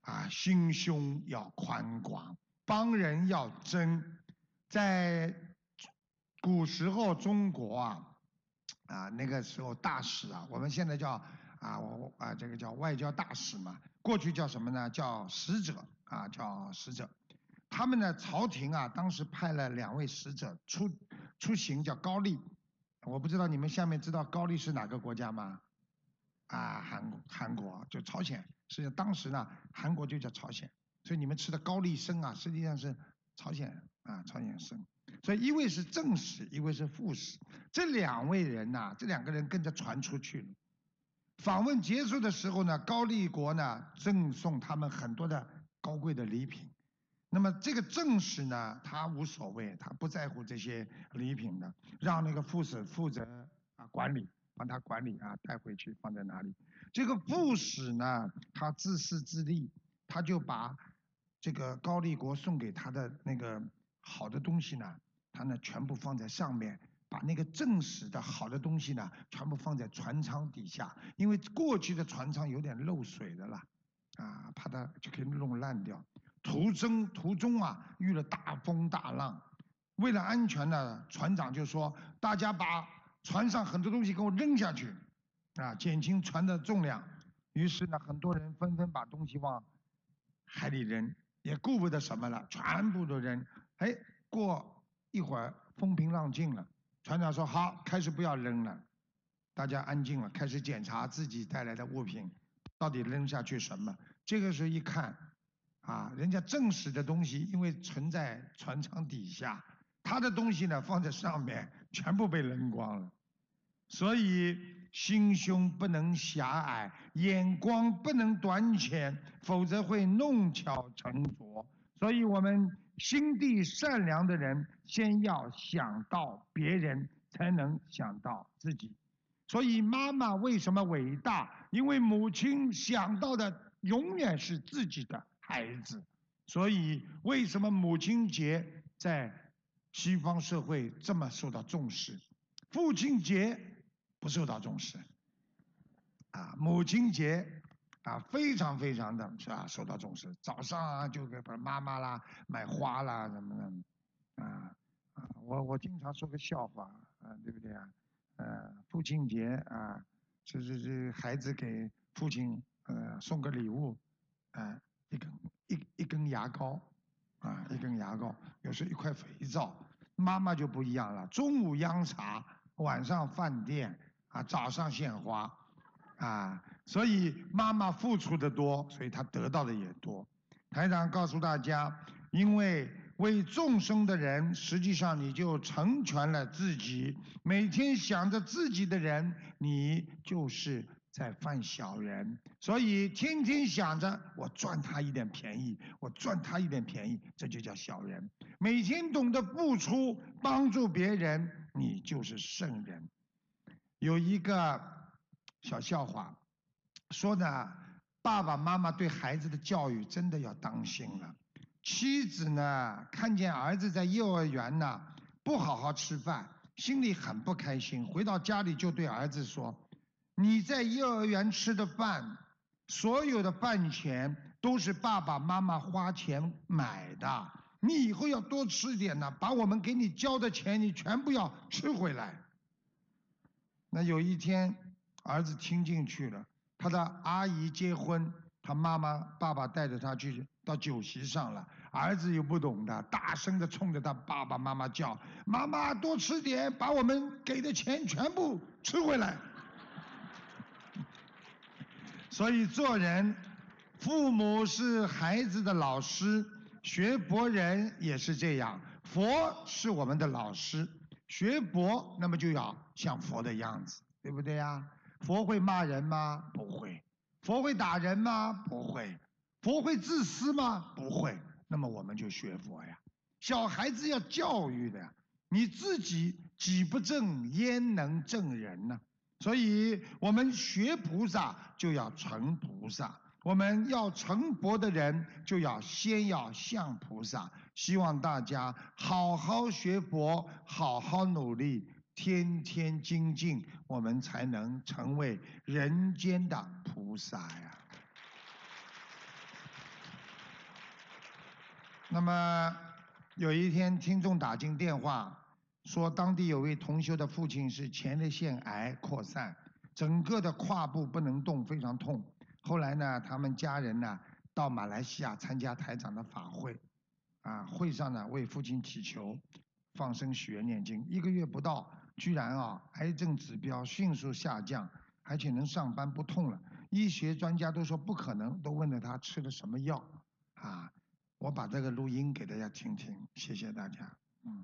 啊，心胸要宽广，帮人要真。在古时候中国啊，啊那个时候大使啊，我们现在叫啊我啊这个叫外交大使嘛，过去叫什么呢？叫使者啊，叫使者。他们呢，朝廷啊，当时派了两位使者出出行，叫高丽。我不知道你们下面知道高丽是哪个国家吗？啊，韩韩国就朝鲜，实际上当时呢，韩国就叫朝鲜，所以你们吃的高丽参啊，实际上是朝鲜啊，朝鲜参。所以一位是正使，一位是副使，这两位人呐、这两个人跟着传出去了。访问结束的时候呢，高丽国呢赠送他们很多的高贵的礼品。那么这个正使呢，他无所谓，他不在乎这些礼品的，让那个副使负责啊管理，帮他管理啊，带回去放在哪里。这个副使呢，他自私自利，他就把这个高丽国送给他的那个好的东西呢，他呢全部放在上面，把那个正使的好的东西呢，全部放在船舱底下，因为过去的船舱有点漏水的啦，啊，怕它就可以弄烂掉。途中途中啊，遇了大风大浪，为了安全呢，船长就说大家把船上很多东西给我扔下去，啊，减轻船的重量。于是呢，很多人纷纷把东西往海里扔，也顾不得什么了，全部都扔。哎，过一会儿风平浪静了，船长说好，开始不要扔了，大家安静了，开始检查自己带来的物品到底扔下去什么。这个时候一看，啊，人家正使的东西因为存在船舱底下，他的东西呢放在上面，全部被扔光了。所以心胸不能狭隘，眼光不能短浅，否则会弄巧成拙。所以我们心地善良的人，先要想到别人，才能想到自己。所以妈妈为什么伟大？因为母亲想到的永远是自己的孩子。所以为什么母亲节在西方社会这么受到重视？父亲节不受到重视，啊，母亲节啊非常非常的是吧受到重视。早上啊就给妈妈啦买花啦什么的，啊啊，我我经常说个笑话啊，对不对啊？呃，父亲节啊，是是是孩子给父亲呃送个礼物，啊，一根一一根牙膏，啊，一根牙膏，有时候一块肥皂。妈妈就不一样了，中午央茶，晚上饭店，啊，早上献花，啊，所以妈妈付出的多，所以她得到的也多。台长告诉大家，因为为众生的人，实际上你就成全了自己。每天想着自己的人，你就是在犯小人。所以天天想着我赚他一点便宜，我赚他一点便宜，这就叫小人。每天懂得付出，帮助别人，你就是圣人。有一个小笑话，说呢，爸爸妈妈对孩子的教育真的要当心了。妻子呢，看见儿子在幼儿园呢不好好吃饭，心里很不开心，回到家里就对儿子说：你在幼儿园吃的饭，所有的饭钱都是爸爸妈妈花钱买的，你以后要多吃点呢，把我们给你交的钱你全部要吃回来。那有一天，儿子听进去了，他的阿姨结婚，他妈妈爸爸带着他去到酒席上了，儿子又不懂的，大声的冲着他爸爸妈妈叫：妈妈多吃点，把我们给的钱全部吃回来。所以做人，父母是孩子的老师，学佛人也是这样，佛是我们的老师，学佛那么就要像佛的样子，对不对呀？佛会骂人吗？不会。佛会打人吗？不会。佛会自私吗？不会。那么我们就学佛呀。小孩子要教育的呀，你自己己不正，焉能正人呢？所以我们学菩萨就要成菩萨，我们要成佛的人就要先要像菩萨。希望大家好好学佛，好好努力，天天精进，我们才能成为人间的菩萨呀。 那么有一天，听众打进电话说，当地有位同修的父亲是前列腺癌扩散，整个的胯部不能动，非常痛。后来呢，他们家人呢到马来西亚参加台长的法会，啊，会上呢为父亲祈求，放生许愿念经，一个月不到，居然啊癌症指标迅速下降，而且能上班不痛了。医学专家都说不可能，都问了他吃了什么药啊。我把这个录音给大家听听，谢谢大家。嗯。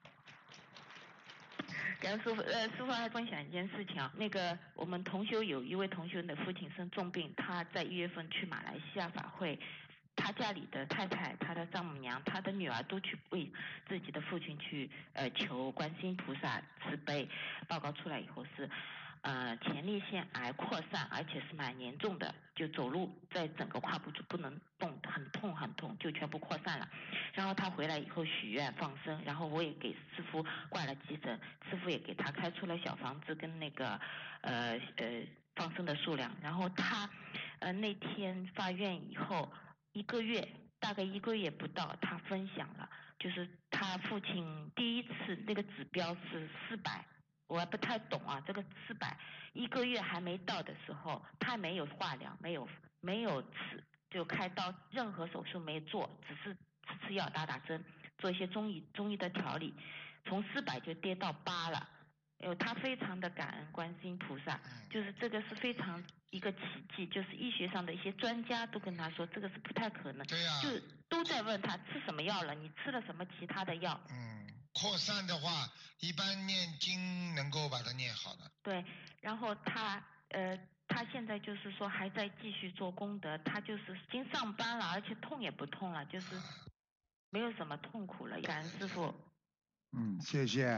跟师傅，呃，师傅还分享一件事情啊，那个我们同修有一位同修的父亲生重病，他在一月份去马来西亚法会，他家里的太太、他的丈母娘、他的女儿都去为自己的父亲去呃求观世音菩萨慈悲，报告出来以后是。呃，前列腺癌扩散，而且是蛮严重的，就走路在整个胯部就不能动，很痛很痛，就全部扩散了。然后他回来以后许愿放生，然后我也给师傅挂了急诊，师傅也给他开出了小房子跟那个呃呃放生的数量。然后他呃那天发愿以后一个月，大概一个月不到，他分享了，就是他父亲第一次那个指标是四百。我还不太懂啊，这个四百一个月还没到的时候，他没有化疗，没有没有吃就开刀，任何手术没做，只是吃吃药、打打针，做一些中医中医的调理，从四百就跌到八了。呃，他非常的感恩观世音菩萨，就是这个是非常一个奇迹，就是医学上的一些专家都跟他说这个是不太可能， 对呀、啊， 就都在问他吃什么药了，你吃了什么其他的药？ 嗯，扩散的话，一般念经能够把它念好的。 对，然后他呃，他现在就是说还在继续做功德，他就是已经上班了，而且痛也不痛了，就是没有什么痛苦了。感恩师父。 嗯，谢谢。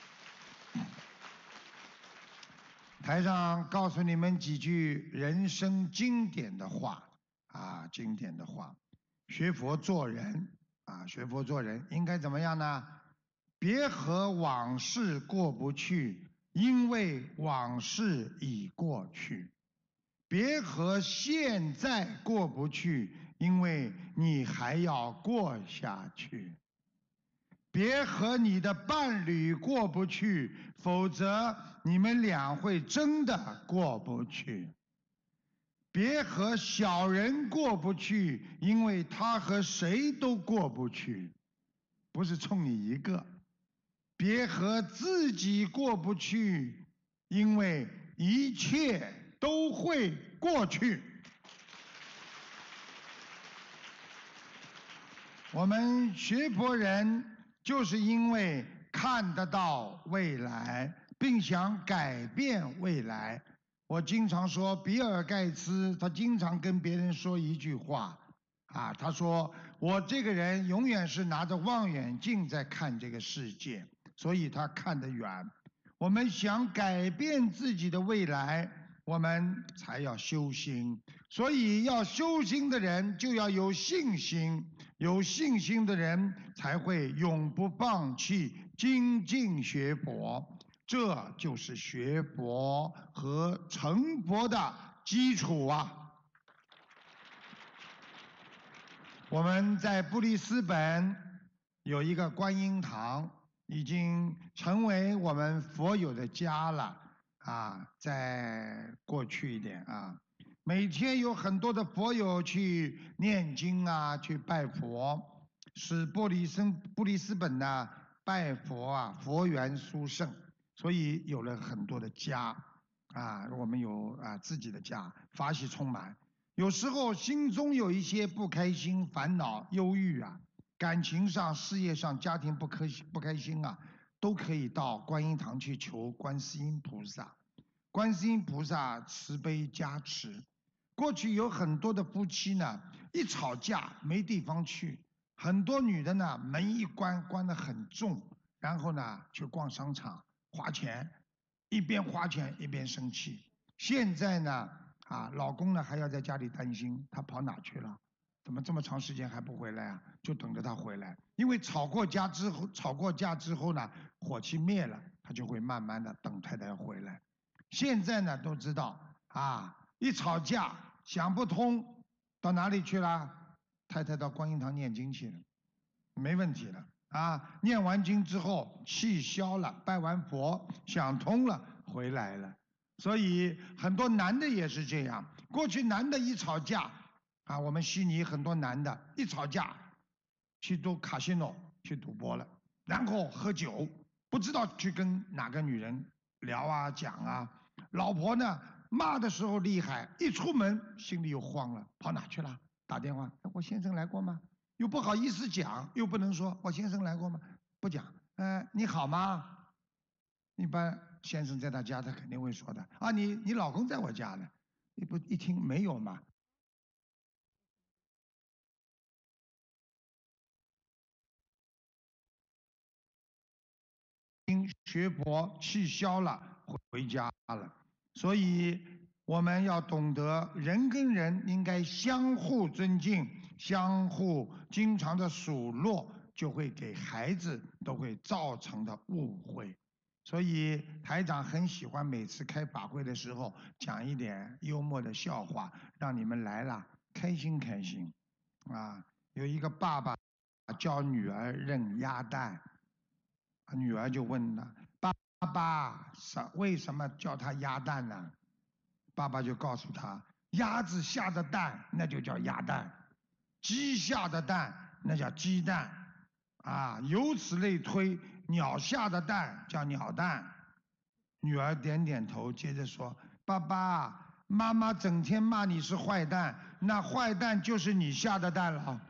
台上告诉你们几句人生经典的话啊，经典的话，学佛做人啊，学佛做人应该怎么样呢？别和往事过不去，因为往事已过去；别和现在过不去，因为你还要过下去。别和你的伴侣过不去，否则你们俩会真的过不去。别和小人过不去，因为他和谁都过不去，不是冲你一个。别和自己过不去，因为一切都会过去。我们学佛人就是因为看得到未来，并想改变未来。我经常说，比尔盖茨他经常跟别人说一句话啊，他说我这个人永远是拿着望远镜在看这个世界，所以他看得远。我们想改变自己的未来，我们才要修心。所以要修心的人就要有信心，有信心的人才会永不放弃，精进学佛。这就是学佛和成佛的基础啊！我们在布里斯本有一个观音堂，已经成为我们佛友的家了啊！在过去一点啊，每天有很多的佛友去念经啊，去拜佛，使布里森布里斯本呢拜佛啊，佛缘殊胜。所以有了很多的家啊，我们有啊自己的家，法喜充满。有时候心中有一些不开心、烦恼、忧郁啊，感情上、事业上、家庭不开不开心啊，都可以到观音堂去求观世音菩萨。观世音菩萨慈悲加持。过去有很多的夫妻呢，一吵架没地方去，很多女的呢门一关关得很重，然后呢去逛商场。花钱，一边花钱一边生气。现在呢，啊，老公呢还要在家里担心，他跑哪去了？怎么这么长时间还不回来啊？就等着他回来。因为吵过架之后，吵过架之后呢，火气灭了，他就会慢慢的等太太回来。现在呢，都知道啊，一吵架想不通，到哪里去了？太太到观音堂念经去了。 没问题了啊！念完经之后，气消了，拜完佛想通了，回来了。所以很多男的也是这样，过去男的一吵架啊，我们悉尼很多男的一吵架去赌卡西诺去赌博了，然后喝酒，不知道去跟哪个女人聊啊讲啊，老婆呢骂的时候厉害，一出门心里又慌了，跑哪去了？打电话，我先生来过吗？又不好意思讲，又不能说我先生来过吗？不讲，呃，你好吗？一般先生在他家，他肯定会说的啊，你你老公在我家呢，你不一听没有嘛？学佛气消了，回家了。所以我们要懂得，人跟人应该相互尊敬，相互经常的数落，就会给孩子都会造成的误会。所以台长很喜欢每次开法会的时候讲一点幽默的笑话，让你们来了开心开心。啊，有一个爸爸教女儿认鸭蛋，女儿就问了：爸爸，什为什么叫它鸭蛋呢？爸爸就告诉他：鸭子下的蛋那就叫鸭蛋，鸡下的蛋那叫鸡蛋，啊，由此类推，鸟下的蛋叫鸟蛋。女儿点点头，接着说：爸爸，妈妈整天骂你是坏蛋，那坏蛋就是你下的蛋了。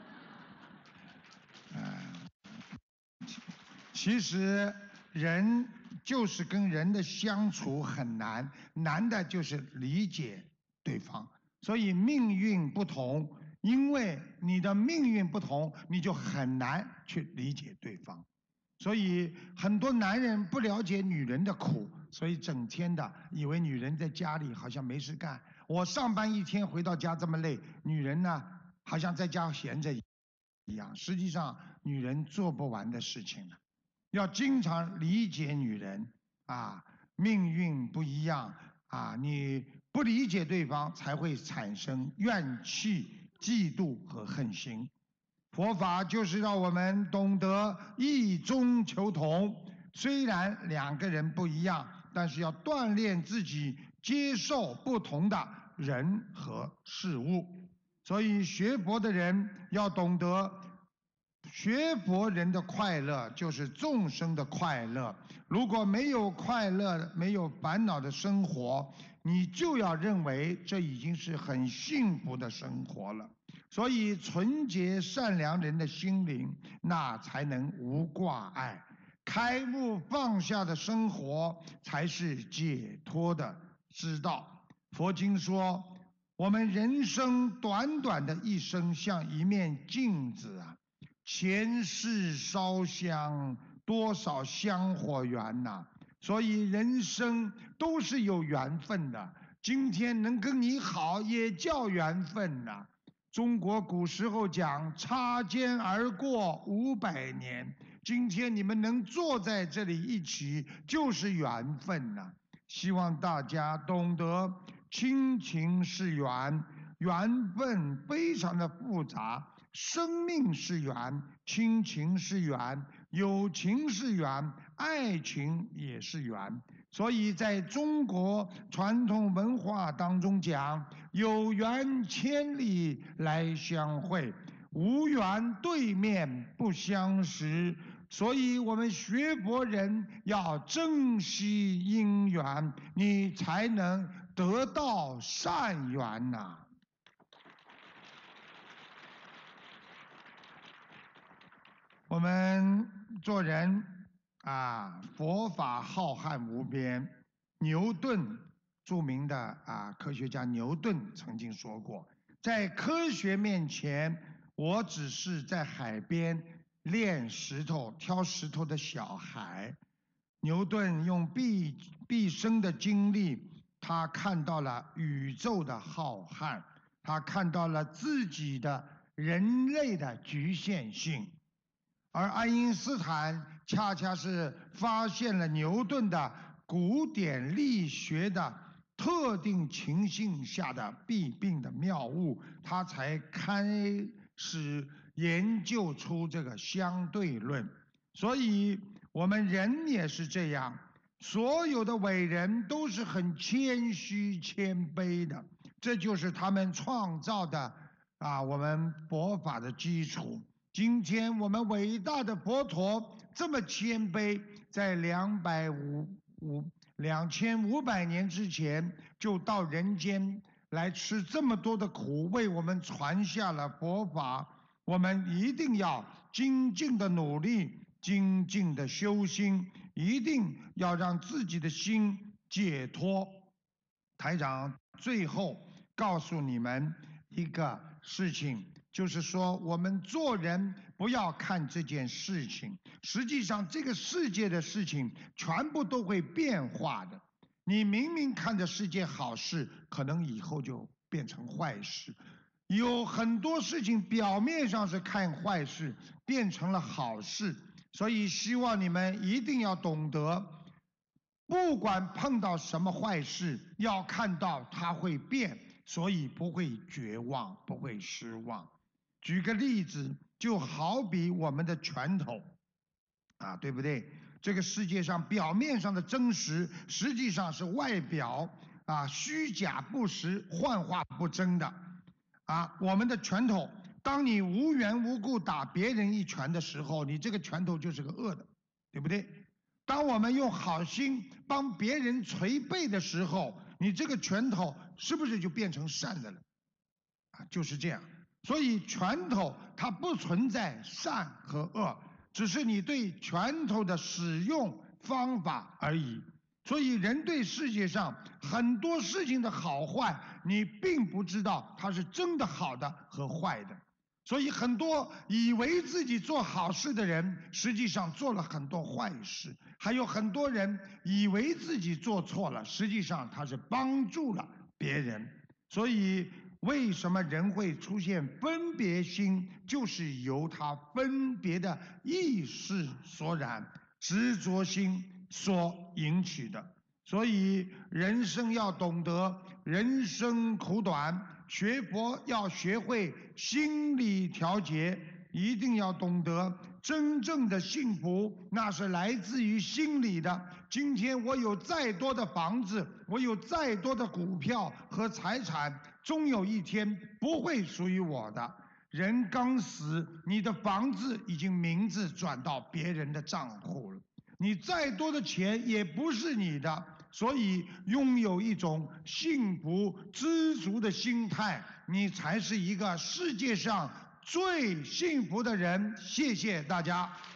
其实人就是跟人的相处很难，难的就是理解对方。所以命运不同，因为你的命运不同，你就很难去理解对方。所以很多男人不了解女人的苦，所以整天的以为女人在家里好像没事干。我上班一天回到家这么累，女人呢好像在家闲着一样，实际上女人做不完的事情了。要经常理解女人啊，命运不一样啊，你不理解对方才会产生怨气、嫉妒和恨心。佛法就是让我们懂得异中求同，虽然两个人不一样，但是要锻炼自己接受不同的人和事物。所以学佛的人要懂得，学佛人的快乐就是众生的快乐。如果没有快乐、没有烦恼的生活，你就要认为这已经是很幸福的生活了。所以纯洁善良人的心灵，那才能无挂碍。开悟放下的生活，才是解脱的之道。佛经说，我们人生短短的一生，像一面镜子啊，前世烧香，多少香火缘呐、啊！所以人生都是有缘分的。今天能跟你好，也叫缘分呐、啊。中国古时候讲擦肩而过五百年，今天你们能坐在这里一起，就是缘分呐、啊。希望大家懂得亲情是缘，缘分非常的复杂。生命是缘，亲情是缘，友情是缘，爱情也是缘。所以在中国传统文化当中讲，有缘千里来相会，无缘对面不相识。所以我们学佛人要珍惜因缘，你才能得到善缘呐、啊。我们做人啊，佛法浩瀚无边。牛顿，著名的啊科学家牛顿曾经说过，在科学面前，我只是在海边练石头、挑石头的小孩。牛顿用毕毕生的经历，他看到了宇宙的浩瀚，他看到了自己的人类的局限性。而爱因斯坦恰恰是发现了牛顿的古典力学的特定情形下的弊病的妙误，他才开始研究出这个相对论。所以我们人也是这样，所有的伟人都是很谦虚谦卑的，这就是他们创造的啊我们佛法的基础。今天我们伟大的佛陀这么谦卑，在两百五五两千五百年之前就到人间来吃这么多的苦，为我们传下了佛法。我们一定要精进的努力，精进的修心，一定要让自己的心解脱。台长最后告诉你们一个事情，就是说我们做人不要看这件事情，实际上这个世界的事情全部都会变化的。你明明看着世界好事，可能以后就变成坏事。有很多事情表面上是看坏事，变成了好事。所以希望你们一定要懂得，不管碰到什么坏事，要看到它会变，所以不会绝望，不会失望。举个例子，就好比我们的拳头啊，对不对？这个世界上表面上的真实，实际上是外表啊虚假不实、幻化不真的啊。我们的拳头，当你无缘无故打别人一拳的时候，你这个拳头就是个恶的，对不对？当我们用好心帮别人捶背的时候，你这个拳头是不是就变成善的了？啊，就是这样。所以拳头它不存在善和恶，只是你对拳头的使用方法而已。所以人对世界上很多事情的好坏，你并不知道它是真的好的和坏的。所以很多以为自己做好事的人，实际上做了很多坏事。还有很多人以为自己做错了，实际上他是帮助了别人。所以为什么人会出现分别心，就是由他分别的意识所染，执着心所引起的。所以人生要懂得，人生苦短，学佛要学会心理调节，一定要懂得真正的幸福那是来自于心理的。今天我有再多的房子，我有再多的股票和财产，终有一天不会属于我的。人刚死，你的房子已经名字转到别人的账户了，你再多的钱也不是你的。所以拥有一种幸福知足的心态，你才是一个世界上最幸福的人。谢谢大家。